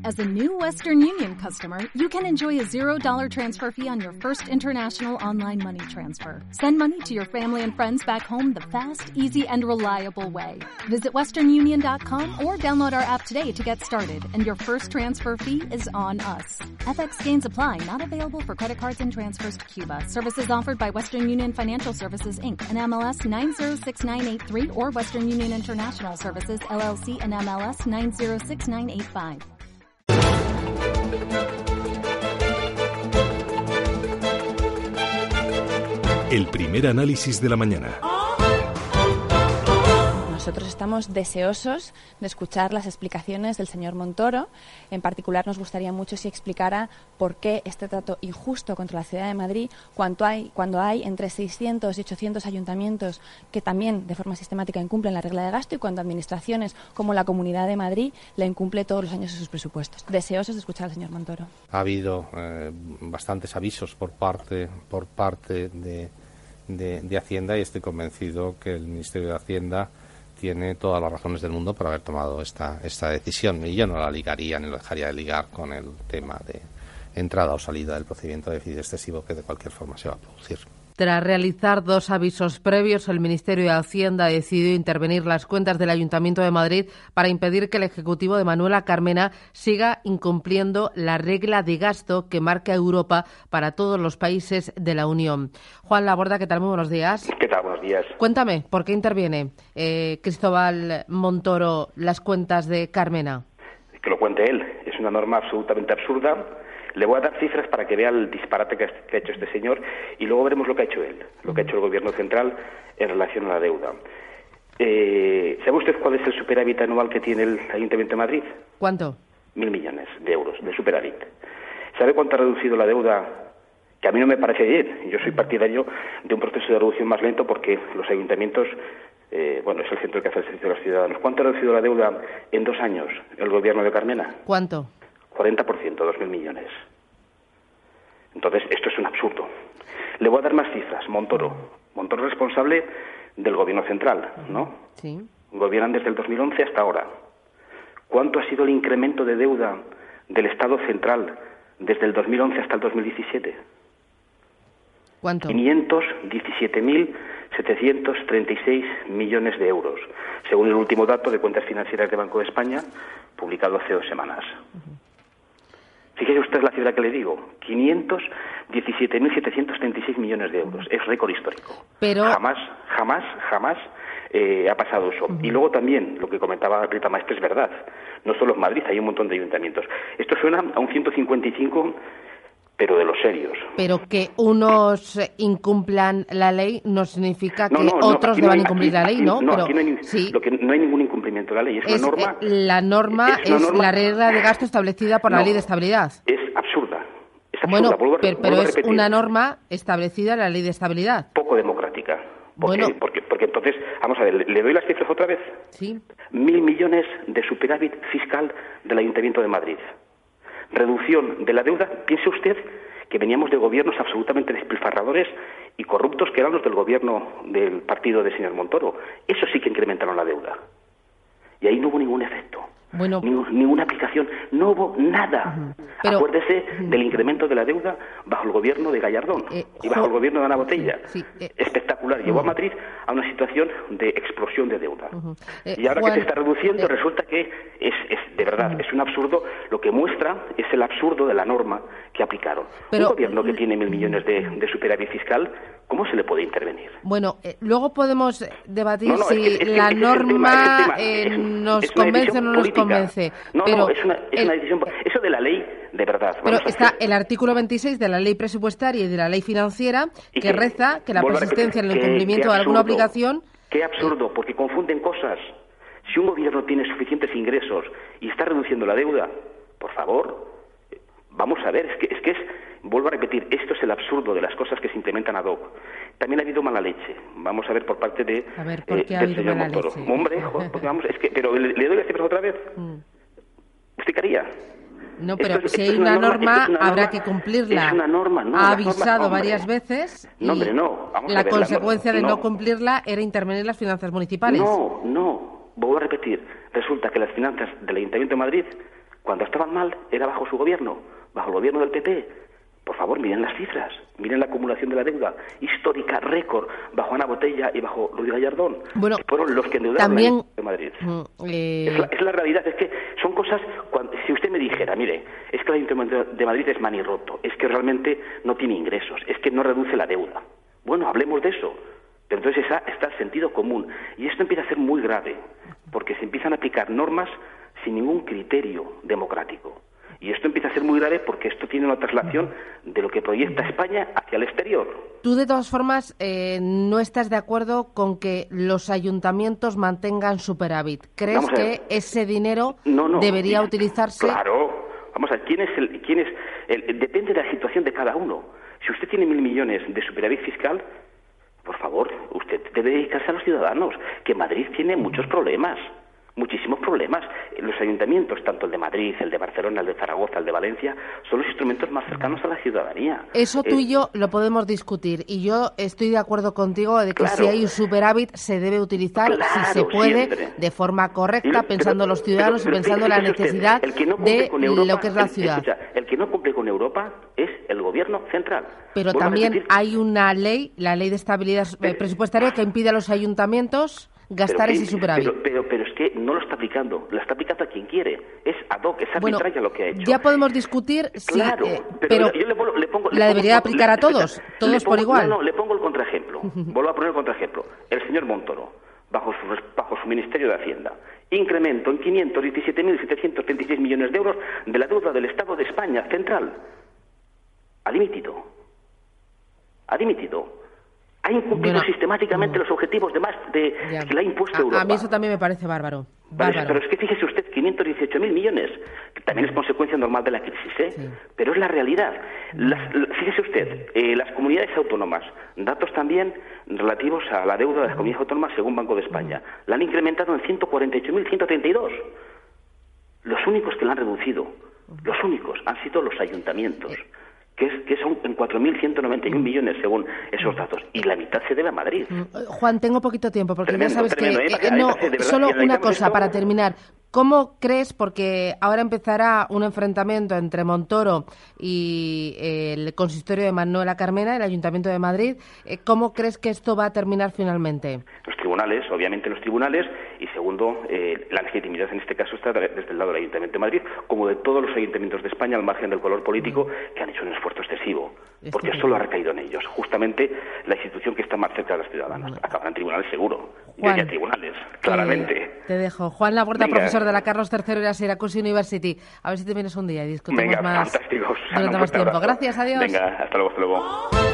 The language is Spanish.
As a new Western Union customer, you can enjoy a $0 transfer fee on your first international online money transfer. Send money to your family and friends back home the fast, easy, and reliable way. Visit westernunion.com or download our app today to get started, and your first transfer fee is on us. FX gains apply, not available for credit cards and transfers to Cuba. Services offered by Western Union Financial Services, Inc., and MLS 906983, or Western Union International Services, LLC, and MLS 906985. El primer análisis de la mañana. Nosotros estamos deseosos de escuchar las explicaciones del señor Montoro. En particular, nos gustaría mucho si explicara por qué este trato injusto contra la Ciudad de Madrid cuando hay entre 600 y 800 ayuntamientos que también de forma sistemática incumplen la regla de gasto y cuando administraciones como la Comunidad de Madrid la incumple todos los años en sus presupuestos. Deseosos de escuchar al señor Montoro. Ha habido bastantes avisos por parte de Hacienda y estoy convencido que el Ministerio de Hacienda tiene todas las razones del mundo para haber tomado esta decisión y yo no la ligaría ni lo dejaría de ligar con el tema de entrada o salida del procedimiento de déficit excesivo que de cualquier forma se va a producir. Tras realizar 2 avisos previos, el Ministerio de Hacienda ha decidido intervenir las cuentas del Ayuntamiento de Madrid para impedir que el Ejecutivo de Manuela Carmena siga incumpliendo la regla de gasto que marca Europa para todos los países de la Unión. Juan Laborda, ¿qué tal? Muy buenos días. ¿Qué tal? Buenos días. Cuéntame, ¿por qué interviene Cristóbal Montoro las cuentas de Carmena? Que lo cuente él. Es una norma absolutamente absurda. Le voy a dar cifras para que vea el disparate que ha hecho este señor y luego veremos lo que ha hecho él, lo que ha hecho el Gobierno central en relación a la deuda. ¿Sabe usted cuál es el superávit anual que tiene el Ayuntamiento de Madrid? ¿Cuánto? 1.000 millones de euros de superávit. ¿Sabe cuánto ha reducido la deuda? Que a mí no me parece bien. Yo soy partidario de un proceso de reducción más lento porque los ayuntamientos, es el centro que hace el servicio de los ciudadanos. ¿Cuánto ha reducido la deuda en 2 años el Gobierno de Carmena? ¿Cuánto? 40%, 2.000 millones. Entonces, esto es un absurdo. Le voy a dar más cifras. Montoro es responsable del Gobierno central, ¿no? Sí. Gobiernan desde el 2011 hasta ahora. ¿Cuánto ha sido el incremento de deuda del Estado central desde el 2011 hasta el 2017? ¿Cuánto? 517.736 millones de euros, según el último dato de cuentas financieras de Banco de España, publicado hace 2 semanas. Fíjese usted la cifra que le digo, 517.736 millones de euros. Es récord histórico. Pero jamás ha pasado eso. Y luego también, lo que comentaba Rita Maestre es verdad. No solo en Madrid, hay un montón de ayuntamientos. Esto suena a un 155, pero de los serios. Pero que unos incumplan la ley no significa que otros deban incumplir la ley, ¿no? No, pero aquí no hay ningún incumplimiento de la ley. Es una norma. La norma es la regla de gasto establecida por la Ley de Estabilidad. Es absurda. Bueno, pero es una norma establecida en la Ley de Estabilidad. Poco democrática. Porque entonces, vamos a ver, ¿le doy las cifras otra vez? Sí. 1.000 millones de superávit fiscal del Ayuntamiento de Madrid. Reducción de la deuda. Piense usted que veníamos de gobiernos absolutamente despilfarradores y corruptos que eran los del gobierno del partido del señor Montoro. Eso sí que incrementaron la deuda. Y ahí no hubo ningún efecto. Bueno, ninguna aplicación, no hubo nada. Pero, acuérdese del incremento de la deuda bajo el gobierno de Gallardón y bajo el gobierno de Ana Botella. Espectacular. Llevó a Madrid a una situación de explosión de deuda. Y ahora que se está reduciendo, resulta que es de verdad, es un absurdo. Lo que muestra es el absurdo de la norma que aplicaron. Un gobierno que tiene 1.000 millones de superávit fiscal, ¿cómo se le puede intervenir? Bueno, luego podemos debatir si la norma nos convence o no nos convence. Es una decisión. Eso de la ley, de verdad. Pero está el artículo 26 de la Ley Presupuestaria y de la Ley Financiera que reza que la persistencia en el incumplimiento de alguna obligación. Qué absurdo, porque confunden cosas. Si un gobierno tiene suficientes ingresos y está reduciendo la deuda, por favor, vamos a ver, vuelvo a repetir, esto es el absurdo de las cosas que se implementan ad hoc. También ha habido mala leche. Vamos a ver por parte del señor Montoro. Hombre, pero ¿le doy las cifras otra vez? ¿Usted qué haría? No, pero si hay una norma, habrá que cumplirla. Es una norma, ¿no? Ha avisado varias veces y la consecuencia de no cumplirla era intervenir las finanzas municipales. No, vuelvo a repetir. Resulta que las finanzas del Ayuntamiento de Madrid, Cuando estaban mal era bajo su gobierno, bajo el gobierno del PP. Por favor, miren las cifras, miren la acumulación de la deuda histórica, récord, bajo Ana Botella y bajo Ruiz Gallardón. Bueno, fueron los que endeudaron también, de Madrid. Es la realidad, es que son cosas, si usted me dijera, mire, es que el Ayuntamiento de Madrid es manirroto, es que realmente no tiene ingresos, es que no reduce la deuda. Bueno, hablemos de eso. Pero entonces está el sentido común. Y esto empieza a ser muy grave, porque se empiezan a aplicar normas sin ningún criterio democrático. Y esto empieza a ser muy grave porque esto tiene una traslación de lo que proyecta España hacia el exterior. Tú, de todas formas, no estás de acuerdo con que los ayuntamientos mantengan superávit. ¿Crees que ese dinero debería utilizarse? Claro. Vamos a ver, depende de la situación de cada uno. Si usted tiene 1.000 millones de superávit fiscal, por favor, usted debe dedicarse a los ciudadanos, que Madrid tiene muchos problemas. Muchísimos problemas. Los ayuntamientos, tanto el de Madrid, el de Barcelona, el de Zaragoza, el de Valencia, son los instrumentos más cercanos a la ciudadanía. Eso tú y yo lo podemos discutir, y yo estoy de acuerdo contigo de que si hay un superávit se debe utilizar, si se puede, siempre, de forma correcta, pensando en los ciudadanos y pensando en la necesidad de lo que es la ciudad. El que no cumple con Europa es el gobierno central. Pero también hay una ley, la Ley de Estabilidad Presupuestaria, que impide a los ayuntamientos gastar ese superávit. Pero es que no lo está aplicando, lo está aplicando a quien quiere. Es ad hoc, es arbitraria lo que ha hecho. Ya podemos discutir claro, pero yo la debería aplicar a todos por igual. No, le pongo el contraejemplo. Vuelvo a poner el contraejemplo. El señor Montoro, bajo su Ministerio de Hacienda, incremento en 517.736 millones de euros de la deuda del Estado de España central. Ha dimitido. Ha incumplido sistemáticamente los objetivos que le ha impuesto Europa. A mí eso también me parece bárbaro. Pero es que fíjese usted, 518.000 millones, que también es consecuencia normal de la crisis, Sí. Pero es la realidad. Fíjese usted, las comunidades autónomas, datos también relativos a la deuda de las comunidades autónomas según Banco de España, la han incrementado en 148.132. Los únicos que la han reducido, han sido los ayuntamientos. Que son en 4.191 millones según esos datos, y la mitad se debe a Madrid. Juan, tengo poquito tiempo, porque tremendo, ya sabes que... solo una cosa para terminar. ¿Cómo crees, porque ahora empezará un enfrentamiento entre Montoro y el consistorio de Manuela Carmena, el Ayuntamiento de Madrid, ¿cómo crees que esto va a terminar finalmente? Los tribunales, obviamente los tribunales, y segundo, la legitimidad en este caso está desde el lado del Ayuntamiento de Madrid, como de todos los ayuntamientos de España, al margen del color político, que han hecho un esfuerzo excesivo, porque solo ha recaído en ellos, justamente la institución que está más cerca de los ciudadanos. Acabarán tribunales seguro, Juan, y tribunales, claramente. Te dejo. Juan Laborda, profesor de la Carlos III y la Syracuse University. A ver si te vienes un día y discutimos más fantásticos. durante más tiempo. Gracias, adiós. Venga, hasta luego.